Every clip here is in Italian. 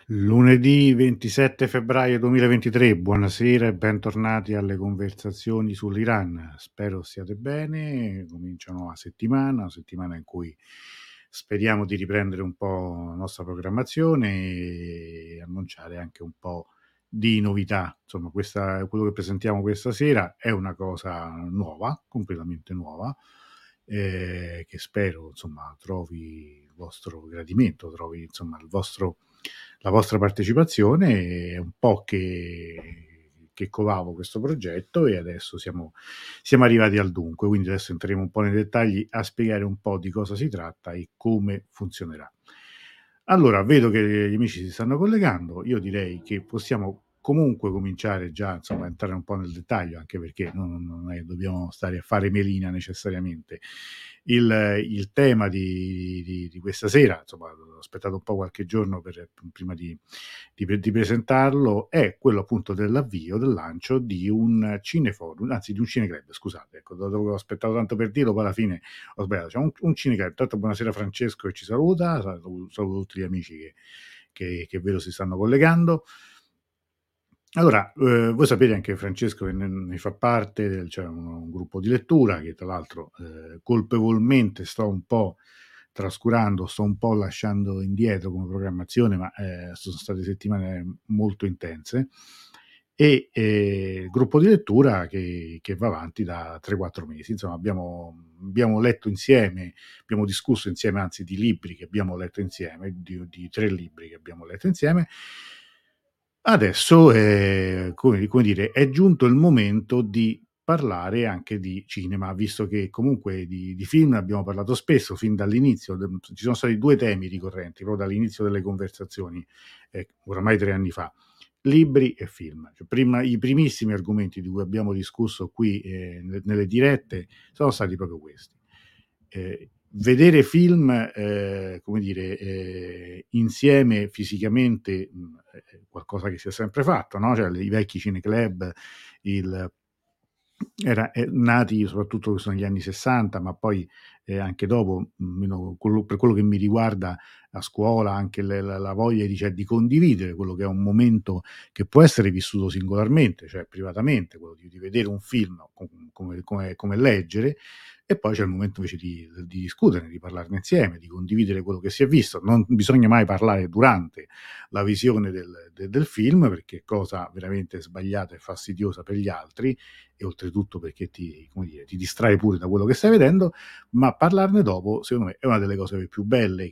Lunedì 27 febbraio 2023, buonasera e bentornati alle conversazioni sull'Iran. Spero stiate bene, comincia una settimana in cui speriamo di riprendere un po' la nostra programmazione e annunciare anche un po' di novità. Insomma, quello che presentiamo questa sera è una cosa nuova, completamente nuova, che spero insomma trovi il vostro gradimento, trovi insomma la vostra partecipazione. È un po' che covavo questo progetto e adesso siamo arrivati al dunque, quindi adesso entreremo un po' nei dettagli a spiegare un po' di cosa si tratta e come funzionerà. Allora, vedo che gli amici si stanno collegando, io direi che possiamo comunque cominciare già insomma a entrare un po' nel dettaglio, anche perché non è, dobbiamo stare a fare melina necessariamente. Il tema di questa sera, insomma, ho aspettato un po' qualche giorno prima di presentarlo, è quello appunto dell'avvio, del lancio di un cineforum, anzi di un cineclub, scusate, ecco, dopo ho aspettato tanto per dirlo, poi alla fine ho sbagliato, c'è un cineclub. Intanto buonasera Francesco che ci saluta, saluto tutti gli amici che vedo si stanno collegando. Allora, voi sapete anche Francesco che ne fa parte, c'è un gruppo di lettura che tra l'altro colpevolmente sto un po' trascurando, sto un po' lasciando indietro come programmazione, ma sono state settimane molto intense. E gruppo di lettura che va avanti da 3-4 mesi. Insomma, abbiamo letto insieme, abbiamo discusso insieme, anzi, di libri che abbiamo letto insieme, di 3 libri che abbiamo letto insieme. Adesso, come dire, è giunto il momento di parlare anche di cinema, visto che comunque di film abbiamo parlato spesso fin dall'inizio. Ci sono stati 2 temi ricorrenti proprio dall'inizio delle conversazioni, oramai 3 anni fa: libri e film. Cioè, prima, i primissimi argomenti di cui abbiamo discusso qui nelle dirette sono stati proprio questi. Vedere film, come dire, insieme fisicamente, è qualcosa che si è sempre fatto, no? Cioè, i vecchi cineclub, il nati soprattutto negli anni 60, ma poi anche dopo, per quello che mi riguarda, a scuola, anche la voglia di condividere quello che è un momento che può essere vissuto singolarmente, cioè privatamente, quello di vedere un film come leggere, e poi c'è il momento invece di discuterne, di parlarne insieme, di condividere quello che si è visto. Non bisogna mai parlare durante la visione del film, perché è cosa veramente sbagliata e fastidiosa per gli altri, e oltretutto perché come dire, ti distrae pure da quello che stai vedendo, ma parlarne dopo, secondo me, è una delle cose più belle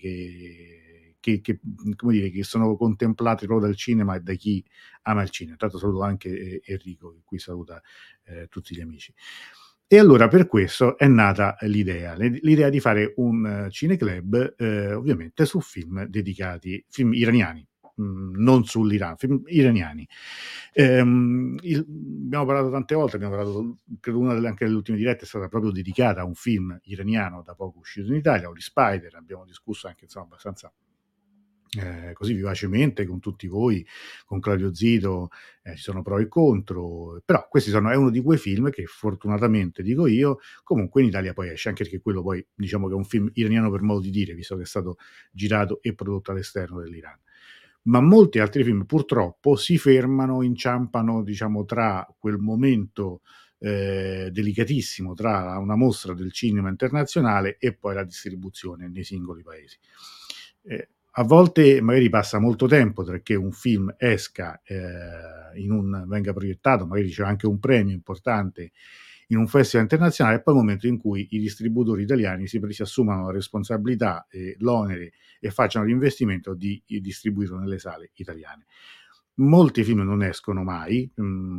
come dire, che sono contemplate proprio dal cinema e da chi ama il cinema. Tanto saluto anche Enrico, che qui saluta tutti gli amici. E allora per questo è nata l'idea di fare un cineclub, ovviamente su film dedicati, film iraniani, non sull'Iran, film iraniani. Abbiamo parlato tante volte, abbiamo parlato, credo una anche delle ultime dirette è stata proprio dedicata a un film iraniano da poco uscito in Italia, Holy Spider. Abbiamo discusso anche insomma abbastanza così vivacemente con tutti voi, con Claudio Zito, ci sono pro e contro, però è uno di quei film che fortunatamente, dico io, comunque in Italia poi esce, anche perché quello poi diciamo che è un film iraniano per modo di dire, visto che è stato girato e prodotto all'esterno dell'Iran. Ma molti altri film purtroppo si fermano, inciampano, diciamo, tra quel momento delicatissimo tra una mostra del cinema internazionale e poi la distribuzione nei singoli paesi. A volte magari passa molto tempo tra che un film esca, venga proiettato, magari c'è anche un premio importante in un festival internazionale, e poi il momento in cui i distributori italiani si assumano la responsabilità e l'onere e facciano l'investimento di distribuirlo nelle sale italiane. Molti film non escono mai,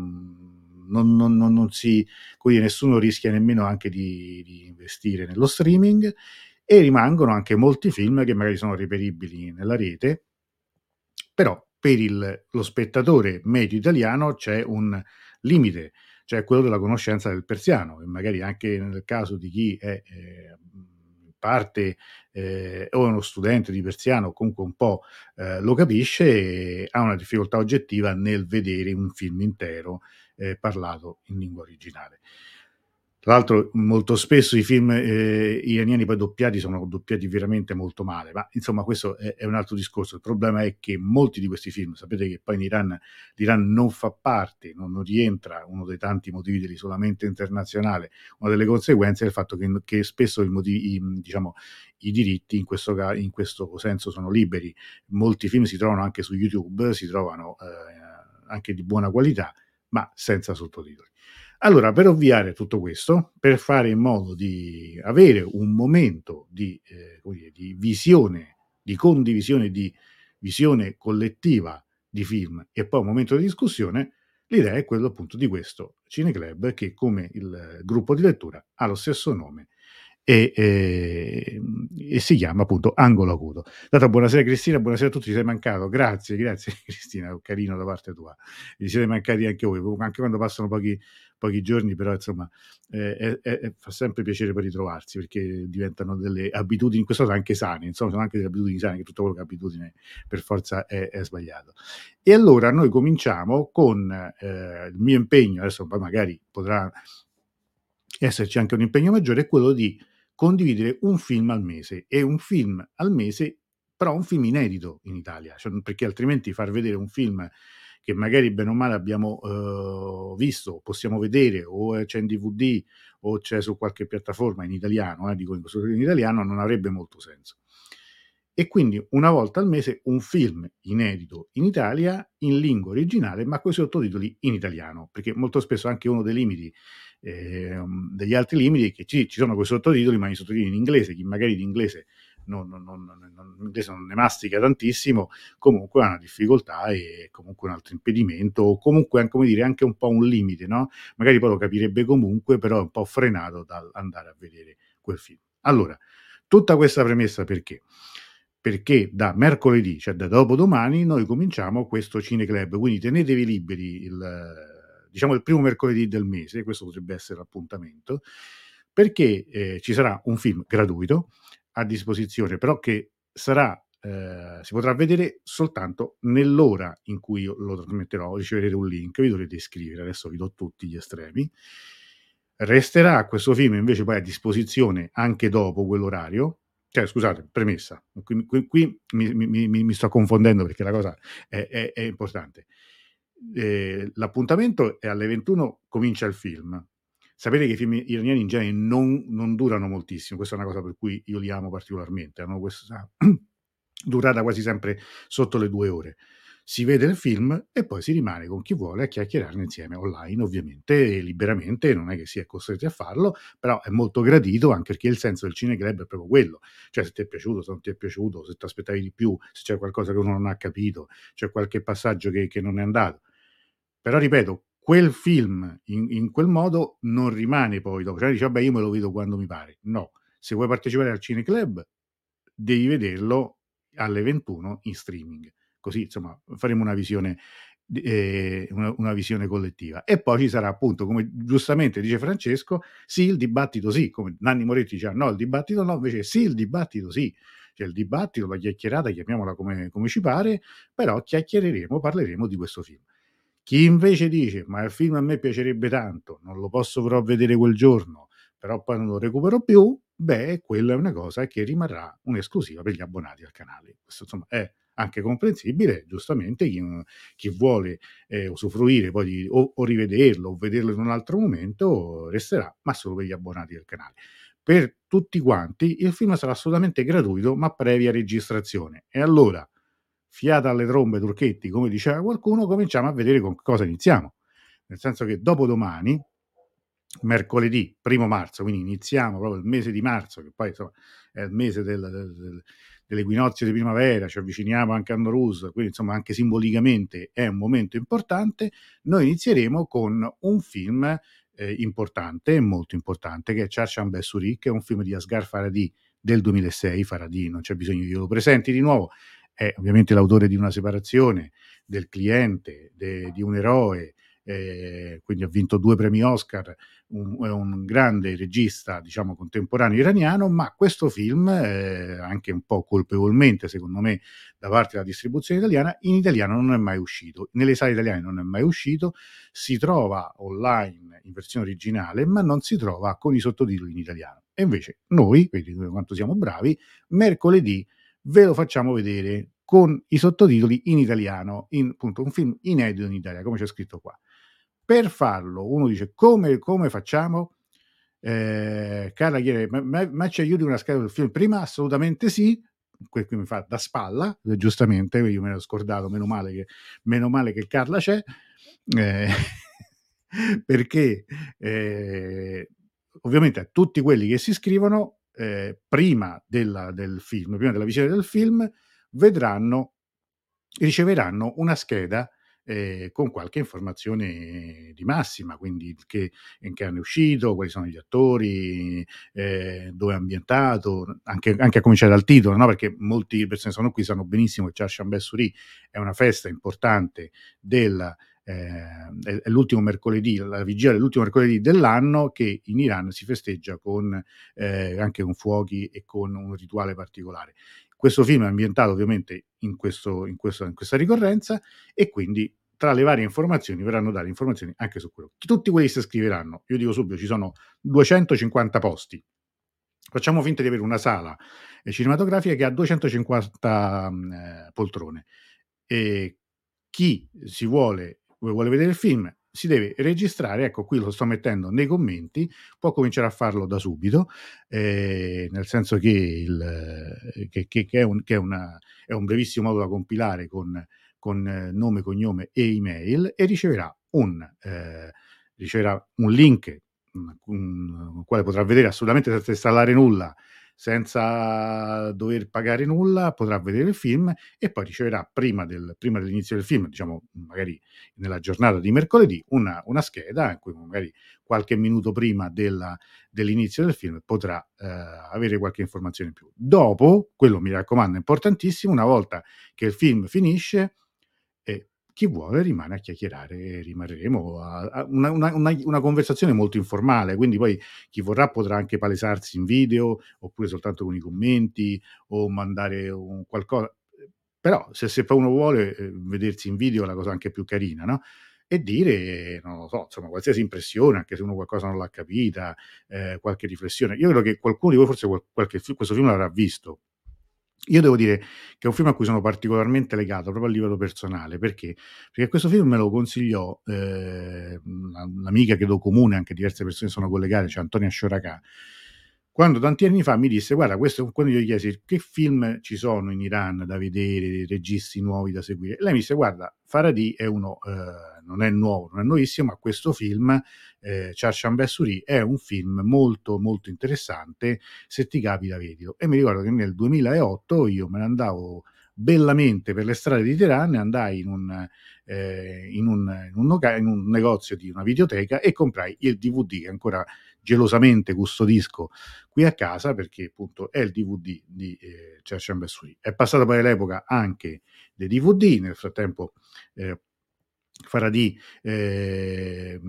non si, quindi nessuno rischia nemmeno anche di investire nello streaming, e rimangono anche molti film che magari sono reperibili nella rete, però per lo spettatore medio italiano c'è un limite, cioè quello della conoscenza del persiano, e magari anche nel caso di chi è parte o è uno studente di persiano, comunque un po' lo capisce, e ha una difficoltà oggettiva nel vedere un film intero parlato in lingua originale. Tra l'altro molto spesso i film iraniani poi doppiati sono doppiati veramente molto male, ma insomma questo è un altro discorso. Il problema è che molti di questi film, sapete che poi in Iran l'Iran non fa parte, non rientra, uno dei tanti motivi dell'isolamento internazionale, una delle conseguenze è il fatto che spesso diciamo, i diritti in questo senso sono liberi. Molti film si trovano anche su YouTube, si trovano anche di buona qualità, ma senza sottotitoli. Allora, per ovviare a tutto questo, per fare in modo di avere un momento come dire, di visione, di condivisione, di visione collettiva di film e poi un momento di discussione, l'idea è quello appunto di questo Cineclub che, come il gruppo di lettura, ha lo stesso nome e si chiama appunto Angolo Acuto. Dato buonasera Cristina, buonasera a tutti, ci sei mancato, grazie Cristina, carino da parte tua, vi siete mancati anche voi, anche quando passano pochi giorni, però insomma fa sempre piacere poi ritrovarsi perché diventano delle abitudini, in questo caso anche sane, insomma sono anche delle abitudini sane, che tutto quello che è abitudine per forza è sbagliato. E allora noi cominciamo con il mio impegno, adesso poi magari potrà esserci anche un impegno maggiore, è quello di condividere un film al mese, e un film al mese, però un film inedito in Italia, cioè, perché altrimenti far vedere un film che magari bene o male abbiamo visto, possiamo vedere, o c'è in DVD o c'è su qualche piattaforma in italiano, dico in italiano, non avrebbe molto senso. E quindi una volta al mese un film inedito in Italia in lingua originale ma con i sottotitoli in italiano, perché molto spesso anche uno dei limiti degli altri limiti è che ci sono quei sottotitoli, ma i sottotitoli in inglese, chi magari di inglese l'inglese non ne mastica tantissimo, comunque ha una difficoltà e comunque un altro impedimento, o comunque come dire, anche un po' un limite, no? Magari poi lo capirebbe comunque, però è un po' frenato dall'andare a vedere quel film. Allora, tutta questa premessa perché? Perché da mercoledì, cioè da dopodomani, noi cominciamo questo Cineclub, quindi tenetevi liberi diciamo il primo mercoledì del mese, questo potrebbe essere l'appuntamento, perché ci sarà un film gratuito a disposizione, però che si potrà vedere soltanto nell'ora in cui io lo trasmetterò, riceverete un link, vi dovrete iscrivere, adesso vi do tutti gli estremi. Resterà questo film invece poi a disposizione anche dopo quell'orario, cioè scusate, premessa, qui mi sto confondendo perché la cosa è importante. L'appuntamento è alle 21, comincia il film. Sapete che i film iraniani in genere non durano moltissimo, questa è una cosa per cui io li amo particolarmente, hanno questa durata quasi sempre sotto le 2 ore. Si vede il film e poi si rimane con chi vuole a chiacchierarne insieme online, ovviamente, liberamente, non è che si è costretti a farlo, però è molto gradito anche perché il senso del Cineclub è proprio quello, cioè se ti è piaciuto, se non ti è piaciuto, se ti aspettavi di più, se c'è qualcosa che uno non ha capito, c'è qualche passaggio che non è andato. Però ripeto, quel film in quel modo non rimane poi dopo, cioè dici vabbè io me lo vedo quando mi pare. No, se vuoi partecipare al Cineclub devi vederlo alle 21 in streaming. Così insomma faremo una visione una visione collettiva. E poi ci sarà appunto, come giustamente dice Francesco, sì il dibattito sì, come Nanni Moretti diceva no il dibattito no, invece sì il dibattito sì. Cioè il dibattito, la chiacchierata, chiamiamola come ci pare, però chiacchiereremo, parleremo di questo film. Chi invece dice: "Ma il film a me piacerebbe tanto, non lo posso però vedere quel giorno, però poi non lo recupero più", beh, quella è una cosa che rimarrà un'esclusiva per gli abbonati al canale. Questo insomma è anche comprensibile, giustamente chi vuole, usufruire poi o rivederlo o vederlo in un altro momento resterà, ma solo per gli abbonati del canale. Per tutti quanti il film sarà assolutamente gratuito, ma previa registrazione. E allora fiata alle trombe Turchetti, come diceva qualcuno, cominciamo a vedere con cosa iniziamo. Nel senso che dopodomani, mercoledì 1° marzo, quindi iniziamo proprio il mese di marzo, che poi insomma è il mese dell'equinozio di primavera, ci avviciniamo anche a Nowruz, quindi insomma anche simbolicamente è un momento importante. Noi inizieremo con un film importante, molto importante, che è Charsham Besuri, che è un film di Asghar Farhadi del 2006. Farhadi non c'è bisogno che io lo presenti di nuovo, è ovviamente l'autore di Una separazione, del cliente, di un eroe, quindi ha vinto 2 premi Oscar, è un grande regista, diciamo, contemporaneo iraniano, ma questo film, anche un po' colpevolmente secondo me da parte della distribuzione italiana, in italiano non è mai uscito. Nelle sale italiane non è mai uscito, si trova online in versione originale, ma non si trova con i sottotitoli in italiano. E invece noi, vedi quanto siamo bravi, mercoledì ve lo facciamo vedere con i sottotitoli in italiano, appunto un film inedito in Italia, come c'è scritto qua. Per farlo, uno dice come facciamo? Carla chiede, ma ci aiuti una scheda del film? Prima assolutamente sì, qui mi fa da spalla, giustamente, io me l'ho scordato, meno male che Carla c'è, eh, perché ovviamente tutti quelli che si iscrivono prima del film, prima della visione del film, riceveranno una scheda con qualche informazione di massima, quindi in che anno è uscito, quali sono gli attori, dove è ambientato, anche a cominciare dal titolo, no? Perché molte persone sono qui, sanno benissimo che Chasham Bessuri è una festa importante è l'ultimo mercoledì, la vigilia dell'ultimo mercoledì dell'anno, che in Iran si festeggia anche con fuochi e con un rituale particolare. Questo film è ambientato ovviamente in questa ricorrenza, e quindi tra le varie informazioni verranno date informazioni anche su quello. Tutti quelli che si iscriveranno, io dico subito, ci sono 250 posti. Facciamo finta di avere una sala cinematografica che ha 250 poltrone. E chi vuole vedere il film si deve registrare, ecco qui lo sto mettendo nei commenti, può cominciare a farlo da subito, nel senso che è un brevissimo modo da compilare con nome, cognome e email, e riceverà un link con il quale potrà vedere assolutamente senza installare nulla, senza dover pagare nulla, potrà vedere il film, e poi riceverà prima dell'inizio del film, diciamo magari nella giornata di mercoledì, una scheda in cui magari qualche minuto prima dell'inizio del film potrà avere qualche informazione in più. Dopo, quello mi raccomando è importantissimo, una volta che il film finisce, chi vuole rimane a chiacchierare, rimarremo a una conversazione molto informale, quindi poi chi vorrà potrà anche palesarsi in video, oppure soltanto con i commenti, o mandare un qualcosa. Però se poi uno vuole vedersi in video è la cosa anche più carina, no? E dire, non lo so, insomma, qualsiasi impressione, anche se uno qualcosa non l'ha capita, qualche riflessione. Io credo che qualcuno di voi forse questo film l'avrà visto. Io devo dire che è un film a cui sono particolarmente legato, proprio a livello personale. Perché? Perché questo film me lo consigliò un'amica credo comune, anche diverse persone sono collegate, cioè Antonia Scioracà, quando tanti anni fa mi disse: guarda, quando io gli chiesi che film ci sono in Iran da vedere, registi nuovi da seguire, lei mi disse: guarda, Farhadi è uno, non è nuovo, non è nuovissimo, ma questo film, Charsham Bessuri, è un film molto molto interessante, se ti capita vedilo. E mi ricordo che nel 2008 io me ne andavo bellamente per le strade di Teheran, andai in un negozio di una videoteca e comprai il DVD che ancora gelosamente custodisco qui a casa, perché appunto è il DVD di Charsham Bessuri. È passata poi l'epoca anche dei DVD, nel frattempo Farhadi è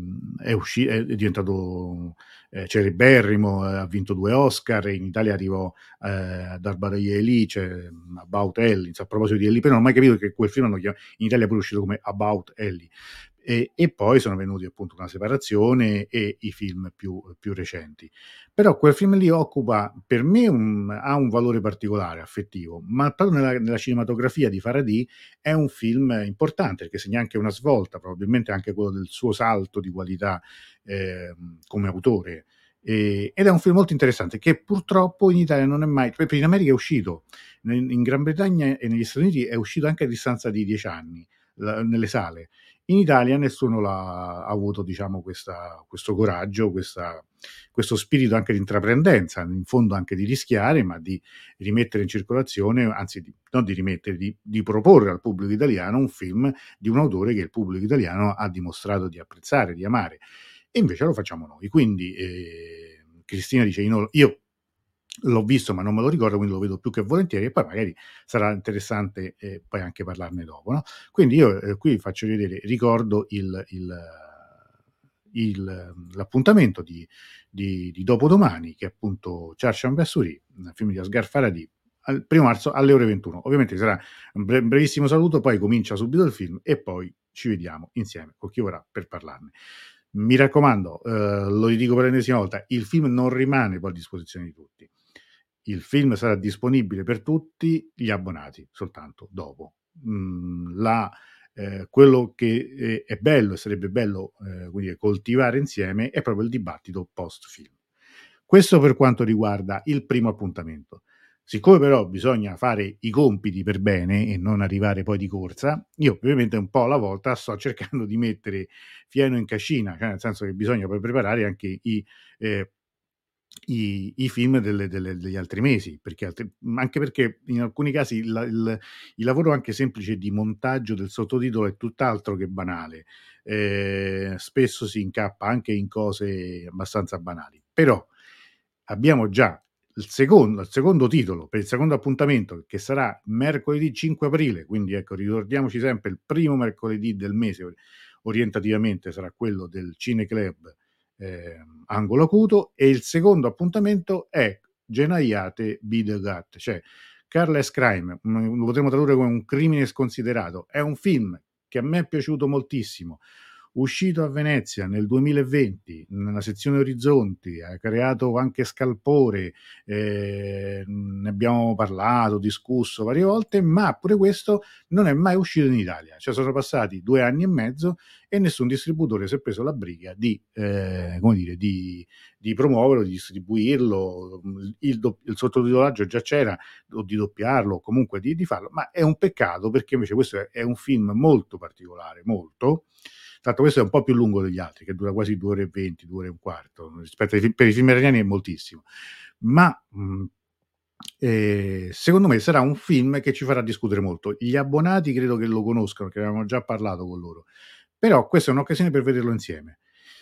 diventato celeberrimo, ha vinto 2 Oscar, in Italia arrivò Darbarai Eli, cioè About Ellie, a proposito di Ellie, però non ho mai capito che quel film in Italia è pure uscito come About Ellie. E poi sono venuti appunto una separazione e i film più recenti. Però quel film lì occupa, per me, ha un valore particolare, affettivo, ma proprio nella cinematografia di Farhadi è un film importante, perché segna anche una svolta, probabilmente anche quello del suo salto di qualità come autore. Ed è un film molto interessante, che purtroppo in Italia non è mai, perché in America è uscito, in Gran Bretagna e negli Stati Uniti è uscito anche a distanza di 10 anni nelle sale. In Italia nessuno ha avuto, diciamo, questo coraggio, questo spirito anche di intraprendenza, in fondo anche di rischiare, ma di rimettere in circolazione, anzi non di rimettere, di proporre al pubblico italiano un film di un autore che il pubblico italiano ha dimostrato di apprezzare, di amare. E invece lo facciamo noi. Quindi Cristina dice: io L'ho visto, ma non me lo ricordo, quindi lo vedo più che volentieri e poi magari sarà interessante, poi anche parlarne dopo, no, quindi io, qui faccio vedere ricordo l'appuntamento di dopodomani, che è appunto Cherche Ambassouri, un film di Asghar Farhadi, al 1° marzo alle ore 21. Ovviamente sarà un brevissimo saluto, poi comincia subito il film e poi ci vediamo insieme con chi vorrà per parlarne. Mi raccomando, lo ridico per l'ennesima volta, il film non rimane poi a disposizione di tutti. Il film sarà disponibile per tutti gli abbonati soltanto dopo. La quello che è bello e sarebbe bello, quindi coltivare insieme è proprio il dibattito post film. Questo per quanto riguarda il primo appuntamento. Siccome però bisogna fare i compiti per bene e non arrivare poi di corsa, io ovviamente un po' alla volta sto cercando di mettere fieno in cascina, cioè nel senso che bisogna poi preparare anche ehm, i film degli altri mesi, perché anche perché in alcuni casi il lavoro anche semplice di montaggio del sottotitolo è tutt'altro che banale. Spesso si incappa anche in cose abbastanza banali. Però abbiamo già il secondo titolo per il secondo appuntamento, che sarà mercoledì 5 aprile, quindi ecco ricordiamoci sempre il primo mercoledì del mese orientativamente sarà quello del Cineclub Angolo Acuto, e il secondo appuntamento è Genaiate Bidegat, cioè Careless Crime, lo potremmo tradurre come un crimine sconsiderato. È un film che a me è piaciuto moltissimo, uscito a Venezia nel 2020 nella sezione Orizzonti, ha creato anche scalpore, ne abbiamo parlato, discusso varie volte, ma pure questo non è mai uscito in Italia. Cioè sono passati 2 anni e mezzo e nessun distributore si è preso la briga di, come dire, di promuoverlo, di distribuirlo, il sottotitolaggio già c'era, o di doppiarlo, o comunque di farlo, ma è un peccato perché invece questo è un film molto particolare, molto. Tanto questo è un po' più lungo degli altri, che dura quasi 2 ore e 20, 2 ore e un quarto, rispetto ai film, per i film iraniani è moltissimo. Ma, secondo me sarà un film che ci farà discutere molto. Gli abbonati credo che lo conoscano, che avevamo già parlato con loro, però questa è un'occasione per vederlo insieme.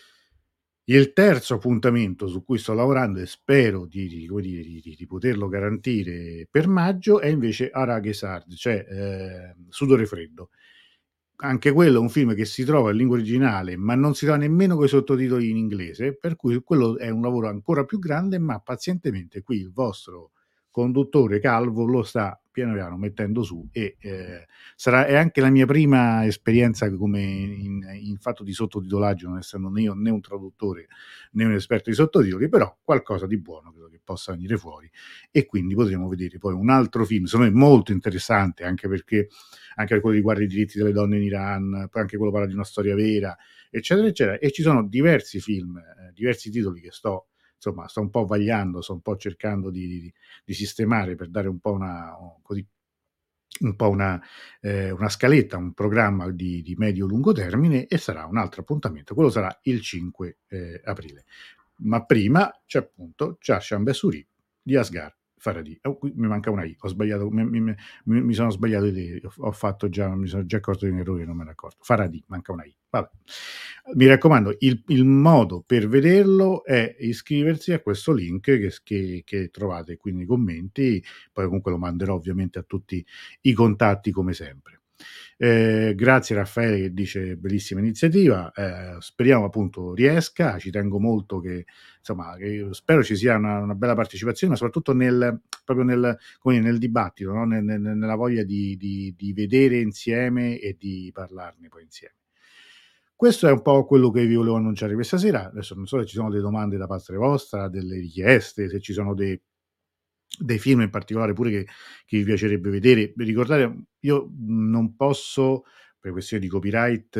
Il terzo appuntamento su cui sto lavorando e spero come dire, di poterlo garantire per maggio è invece Aragesard, cioè, Sudore freddo. Anche quello è un film che si trova in lingua originale, ma non si trova nemmeno coi sottotitoli in inglese, per cui quello è un lavoro ancora più grande, ma pazientemente qui il vostro conduttore calvo lo sta piano piano mettendo su e, è anche la mia prima esperienza come in fatto di sottotitolaggio, non essendo né io né un traduttore né un esperto di sottotitoli, però qualcosa di buono credo che possa venire fuori e quindi potremo vedere poi un altro film, secondo me molto interessante, anche perché anche per quello riguarda i diritti delle donne in Iran, poi anche quello parla di una storia vera, eccetera, eccetera. E ci sono diversi film, diversi titoli che sto un po' vagliando, sto un po' cercando di sistemare per dare un po' così, un po' una scaletta, un programma di medio-lungo termine e sarà un altro appuntamento. Quello sarà il 5 aprile. Ma prima c'è appunto Cherche Ambassouri di Asghar Farhadi. Oh, qui mi manca una I, ho sbagliato, mi sono sbagliato idee, ho fatto già, mi sono già accorto di un errore, non me ne accorto. Farhadi, manca una I. Vabbè. Mi raccomando, il modo per vederlo è iscriversi a questo link che trovate qui nei commenti, poi comunque lo manderò ovviamente a tutti i contatti come sempre. Grazie Raffaele che dice bellissima iniziativa, speriamo appunto riesca, ci tengo molto che insomma che spero ci sia una bella partecipazione, ma soprattutto proprio come dire, nel dibattito, no? Nella voglia di vedere insieme e di parlarne poi insieme. Questo è un po' quello che vi volevo annunciare questa sera. Adesso non so se ci sono delle domande da parte vostra, delle richieste, se ci sono dei film in particolare pure che vi piacerebbe vedere. Ricordate, io non posso, per questioni di copyright,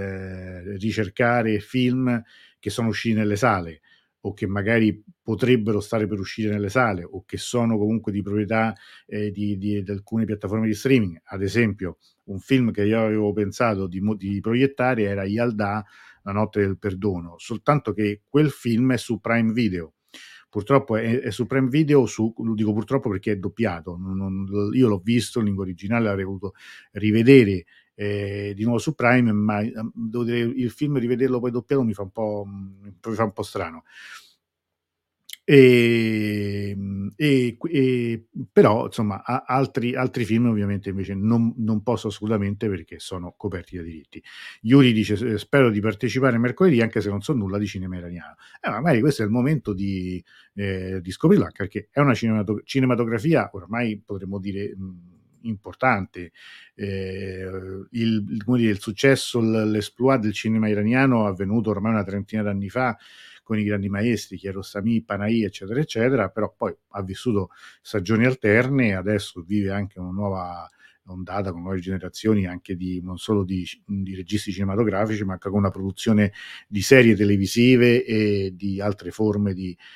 ricercare film che sono usciti nelle sale o che magari potrebbero stare per uscire nelle sale o che sono comunque di proprietà di alcune piattaforme di streaming. Ad esempio, un film che io avevo pensato di proiettare era Yalda, La notte del perdono, soltanto che quel film è su Prime Video. Purtroppo è su Prime Video, lo dico purtroppo perché è doppiato, io l'ho visto in lingua originale, l'avrei voluto rivedere di nuovo su Prime, ma devo dire, il film rivederlo poi doppiato mi fa un po' strano. Però insomma altri film ovviamente invece non posso assolutamente perché sono coperti da diritti. Yuri dice: Spero di partecipare mercoledì anche se non so nulla di cinema iraniano". Magari questo è il momento di scoprirlo, anche perché è una cinematografia ormai potremmo dire, importante. Come dire, il successo, l'exploit del cinema iraniano è avvenuto ormai una trentina d'anni fa con i grandi maestri, Kiarostami, Panahi, eccetera, eccetera, però poi ha vissuto stagioni alterne e adesso vive anche una nuova ondata con nuove generazioni anche non solo di registi cinematografici, ma anche con una produzione di serie televisive e di altre forme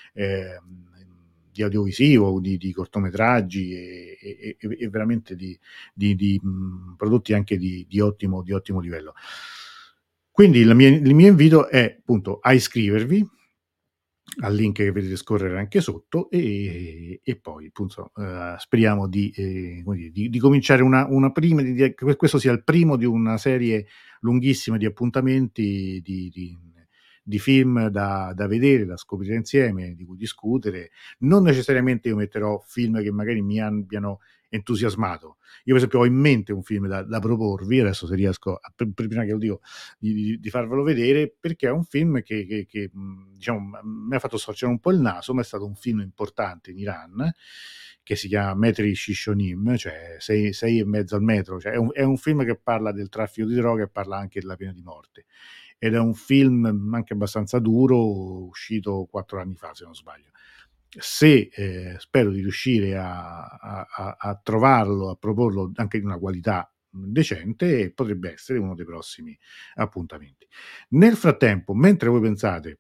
di audiovisivo, di cortometraggi e veramente di prodotti anche di ottimo livello. Quindi il mio invito è appunto a iscrivervi al link che vedete scorrere anche sotto e poi appunto speriamo come dire, di cominciare una prima, che questo sia il primo di una serie lunghissima di appuntamenti di film da vedere, da scoprire insieme, di cui discutere. Non necessariamente io metterò film che magari mi abbiano entusiasmato. Io per esempio ho in mente un film da proporvi, adesso se riesco, prima che lo dico, di farvelo vedere, perché è un film che diciamo, mi ha fatto storcere un po' il naso, ma è stato un film importante in Iran, che si chiama Metri Shishonim, cioè 6,5 al metro, cioè è un film che parla del traffico di droga e parla anche della pena di morte. Ed è un film anche abbastanza duro, uscito 4 anni fa, se non sbaglio. Se spero di riuscire a trovarlo, a proporlo anche in una qualità decente, potrebbe essere uno dei prossimi appuntamenti. Nel frattempo, mentre voi pensate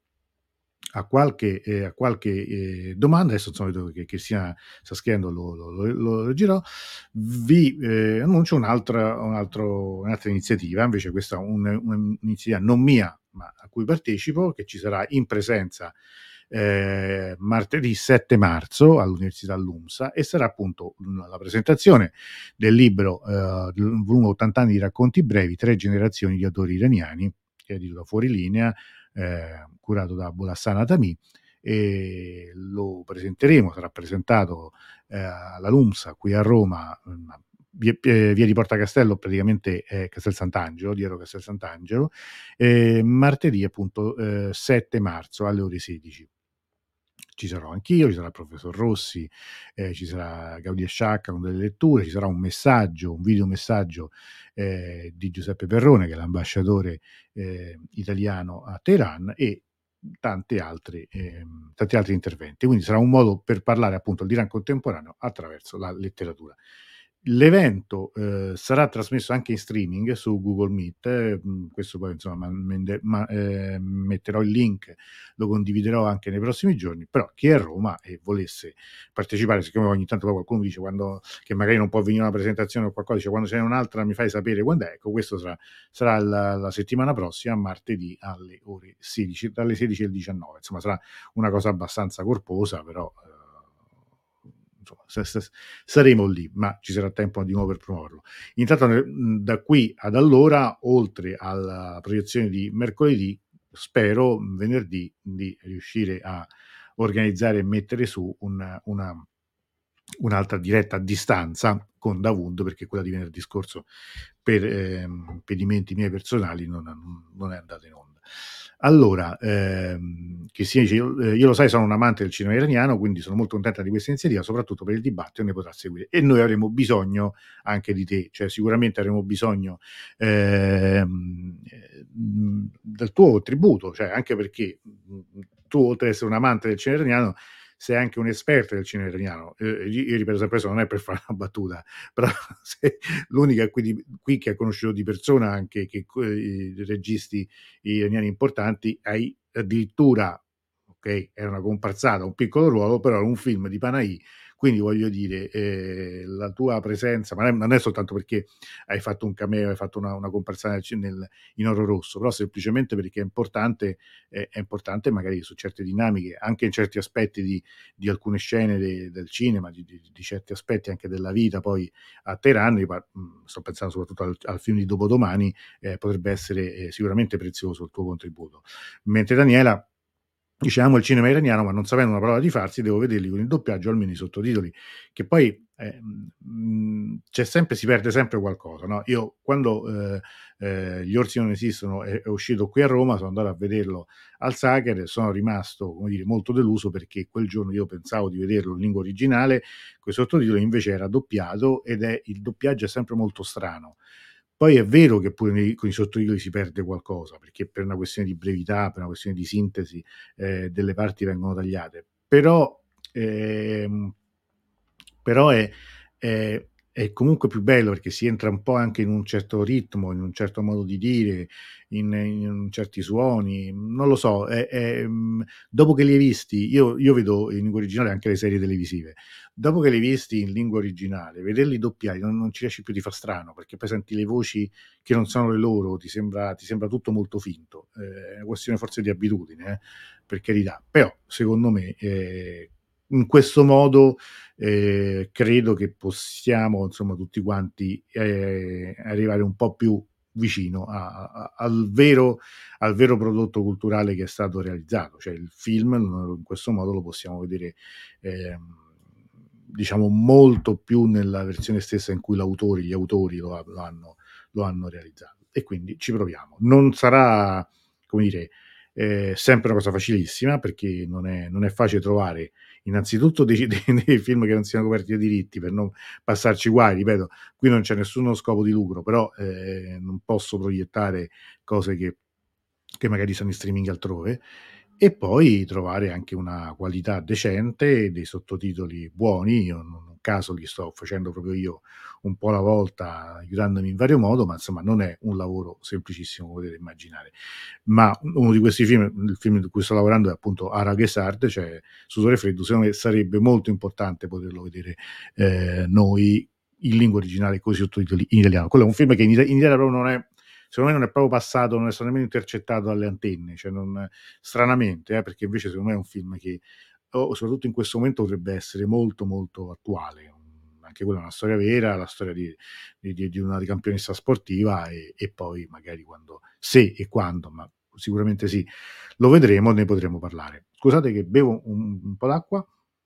a qualche domanda, adesso insomma vedo che sta scrivendo, lo leggerò, vi annuncio un'altra iniziativa, invece questa un'iniziativa non mia, ma a cui partecipo, che ci sarà in presenza martedì 7 marzo all'Università LUMSA e sarà appunto la presentazione del libro, del volume 80 anni di racconti brevi, 3 generazioni di autori iraniani, che è edito da Fuorilinea, curato da Bolassana Tami, e lo presenteremo, sarà presentato alla LUMSA qui a Roma, via di Porta Castello, praticamente Castel Sant'Angelo, dietro Castel Sant'Angelo, martedì appunto 7 marzo alle ore 16. Ci sarò anch'io, ci sarà il professor Rossi, ci sarà Gaudia Sciacca con delle letture, ci sarà un messaggio, un videomessaggio di Giuseppe Perrone, che è l'ambasciatore italiano a Teheran, e tanti altri interventi. Quindi sarà un modo per parlare appunto dell'Iran contemporaneo attraverso la letteratura. L'evento sarà trasmesso anche in streaming su Google Meet, questo poi insomma metterò il link, lo condividerò anche nei prossimi giorni, però chi è a Roma e volesse partecipare, siccome ogni tanto poi qualcuno dice che magari non può venire a una presentazione o qualcosa, dice quando c'è un'altra mi fai sapere quando è, ecco questo sarà la settimana prossima, martedì alle ore 16, dalle 16 alle 19, insomma sarà una cosa abbastanza corposa, però insomma, saremo lì, ma ci sarà tempo di nuovo per promuoverlo. Intanto da qui ad allora, oltre alla proiezione di mercoledì, spero venerdì di riuscire a organizzare e mettere su un'altra diretta a distanza con Davud, perché quella di venerdì scorso per impedimenti miei personali non è andata in onda. Allora, Cristina dice: io lo sai, sono un amante del cinema iraniano, quindi sono molto contenta di questa iniziativa, soprattutto per il dibattito ne potrà seguire. E noi avremo bisogno anche di te, cioè sicuramente avremo bisogno del tuo tributo, cioè anche perché tu, oltre ad essere un amante del cinema iraniano, sei anche un esperto del cinema iraniano. Io ripeto sempre questo, non è per fare una battuta, però sei l'unica qui che ha conosciuto di persona anche registi iraniani importanti, hai addirittura, ok, era una comparsata, un piccolo ruolo, però era un film di Panahi, quindi voglio dire, la tua presenza, ma non è soltanto perché hai fatto un cameo, hai fatto una comparsata in Oro Rosso, però semplicemente perché è importante magari su certe dinamiche, anche in certi aspetti di alcune scene del cinema, di certi aspetti anche della vita poi a Teheran. Sto pensando soprattutto al film di Dopodomani, potrebbe essere sicuramente prezioso il tuo contributo. Mentre Daniela Diciamo il cinema iraniano, ma non sapendo una parola di farsi, devo vederli con il doppiaggio o almeno i sottotitoli, che poi, c'è sempre si perde sempre qualcosa, no, io quando, Gli orsi non esistono è uscito qui a Roma, sono andato a vederlo al Sacher e sono rimasto, come dire, molto deluso perché quel giorno io pensavo di vederlo in lingua originale, coi sottotitoli invece era doppiato ed è il doppiaggio è sempre molto strano. Poi è vero che pure nei con i sottotitoli si perde qualcosa, perché per una questione di brevità, per una questione di sintesi, delle parti vengono tagliate. Ehm, però è comunque più bello perché si entra un po' anche in un certo ritmo, in un certo modo di dire, in certi suoni, non lo so, dopo che li hai visti io vedo in lingua originale anche le serie televisive. Dopo che li hai visti in lingua originale, vederli doppiati non ci riesci più, ti fa strano, perché poi senti le voci che non sono le loro, ti sembra tutto molto finto. È una questione forse di abitudine, per carità. Però secondo me, in questo modo, credo che possiamo insomma tutti quanti, arrivare un po' più vicino al vero prodotto culturale che è stato realizzato. Cioè il film in questo modo lo possiamo vedere, diciamo molto più nella versione stessa in cui gli autori lo hanno realizzato. E quindi ci proviamo. Non sarà, come dire, sempre una cosa facilissima, perché non è facile trovare innanzitutto dei film che non siano coperti dai diritti per non passarci guai. Ripeto, qui non c'è nessuno scopo di lucro, però, non posso proiettare cose che magari sono in streaming altrove, e poi trovare anche una qualità decente, dei sottotitoli buoni. Io non a caso li sto facendo proprio io un po' alla volta, aiutandomi in vario modo, ma insomma non è un lavoro semplicissimo, come potete immaginare. Ma uno di questi film, il film di cui sto lavorando è appunto Aragesart, cioè Sudore freddo. Secondo me sarebbe molto importante poterlo vedere, noi in lingua originale coi sottotitoli in italiano. Quello è un film che in Italia proprio non è, secondo me non è proprio passato, non è stato nemmeno intercettato dalle antenne, cioè non, stranamente, perché invece secondo me è un film che, soprattutto in questo momento, potrebbe essere molto, molto attuale. Anche quella è una storia vera, la storia di una campionessa sportiva, e poi magari quando, se e quando, ma sicuramente sì, lo vedremo, ne potremo parlare. Scusate che bevo un po' d'acqua.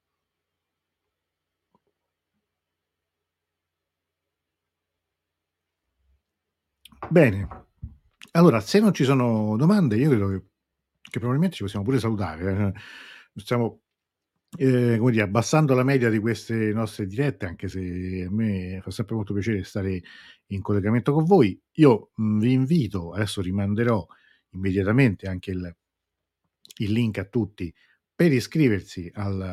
Bene, allora se non ci sono domande io credo che probabilmente ci possiamo pure salutare, stiamo, come dire, abbassando la media di queste nostre dirette, anche se a me fa sempre molto piacere stare in collegamento con voi. Io, vi invito, adesso rimanderò immediatamente anche il link a tutti per iscriversi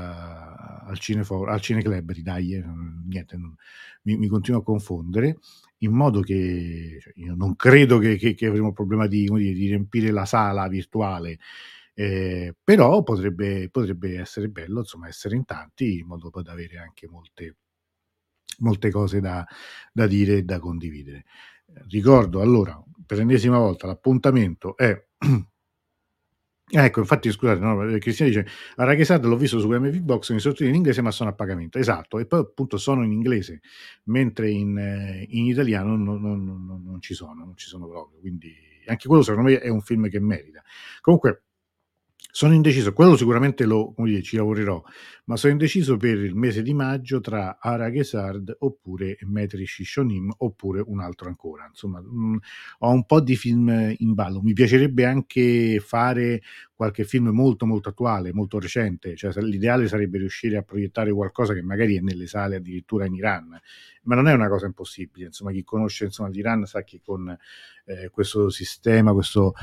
al Cineclub di Dai, niente, mi continuo a confondere, in modo che, cioè, io non credo che avremo il problema di, come dire, di riempire la sala virtuale, però potrebbe essere bello, insomma, essere in tanti, in modo poi da avere anche molte cose da dire e da condividere. Ricordo allora, per l'ennesima volta, l'appuntamento è ecco, infatti scusate, no, Cristina dice: "Arachesad l'ho visto su MV Box con i sottotitoli in inglese, ma sono a pagamento". Esatto, e poi appunto sono in inglese, mentre in italiano non ci sono proprio, quindi anche quello secondo me è un film che merita. Comunque sono indeciso, quello sicuramente come dire, ci lavorerò, ma sono indeciso per il mese di maggio tra Aragesard oppure Metri Shishonim, oppure un altro ancora. Insomma, ho un po' di film in ballo. Mi piacerebbe anche fare qualche film molto, molto attuale, molto recente, cioè l'ideale sarebbe riuscire a proiettare qualcosa che magari è nelle sale addirittura in Iran, ma non è una cosa impossibile. Insomma, chi conosce insomma l'Iran sa che con, questo sistema, questo,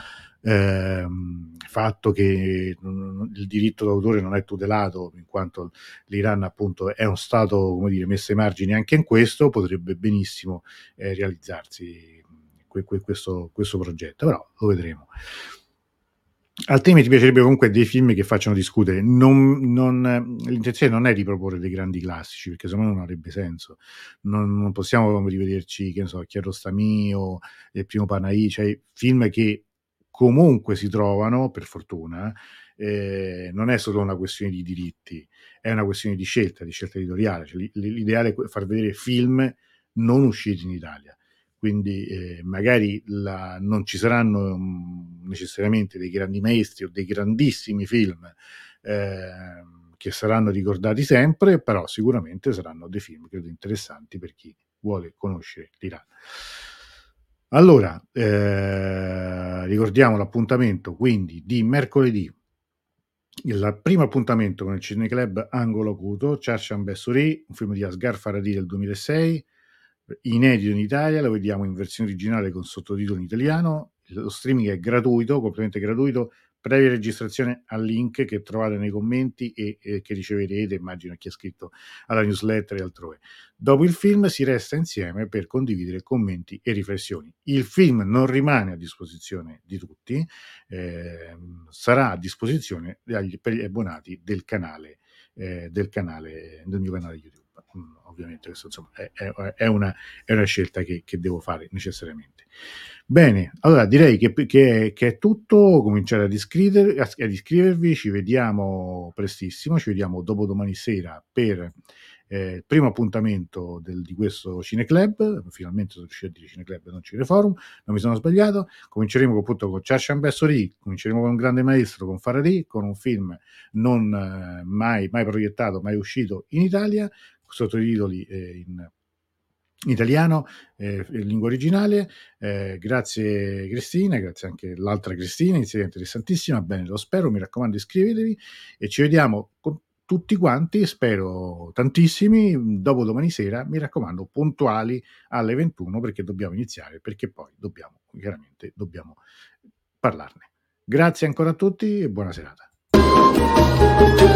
fatto che il diritto d'autore non è tutelato, in quanto l'Iran appunto è un stato, come dire, messo ai margini anche in questo, potrebbe benissimo, realizzarsi questo progetto, però lo vedremo. Al te mi ti piacerebbe comunque dei film che facciano discutere, l'intenzione non è di proporre dei grandi classici, perché secondo me non avrebbe senso. Non possiamo rivederci, che ne so, Kiarostami o Il primo Panahi, cioè film che comunque si trovano, per fortuna, non è solo una questione di diritti, è una questione di scelta editoriale. Cioè l'ideale è far vedere film non usciti in Italia. quindi magari non ci saranno necessariamente dei grandi maestri o dei grandissimi film che saranno ricordati sempre, però sicuramente saranno dei film, credo, interessanti per chi vuole conoscere l'Iran. Allora, ricordiamo l'appuntamento quindi di mercoledì, il primo appuntamento con il Cineclub Angolo Acuto, Charsham Bessuri, un film di Asghar Farhadi del 2006, inedito in Italia, lo vediamo in versione originale con sottotitoli in italiano. Lo streaming è gratuito, completamente gratuito, previa registrazione al link che trovate nei commenti e che riceverete, immagino, chi ha scritto alla newsletter e altrove. Dopo il film si resta insieme per condividere commenti e riflessioni. Il film non rimane a disposizione di tutti, sarà a disposizione per gli abbonati del mio canale YouTube. Ovviamente questo, insomma, è una scelta che devo fare necessariamente. Bene, allora direi che è tutto. Cominciare ad iscrivervi, ci vediamo prestissimo, ci vediamo dopodomani sera per il primo appuntamento di questo Cineclub. Finalmente sono riuscito a dire Cineclub e non Cineforum, non mi sono sbagliato. Cominceremo appunto con Charsham Bessori, cominceremo con un grande maestro, con Farhadi, con un film non mai proiettato, mai uscito in Italia, sottotitoli in italiano, lingua originale. Grazie Cristina, grazie anche l'altra Cristina, iniziativa interessantissima. Bene, lo spero, mi raccomando, iscrivetevi e ci vediamo con tutti quanti, spero tantissimi, dopo domani sera, mi raccomando, puntuali alle 21, perché dobbiamo iniziare, perché poi dobbiamo parlarne. Grazie ancora a tutti e buona serata.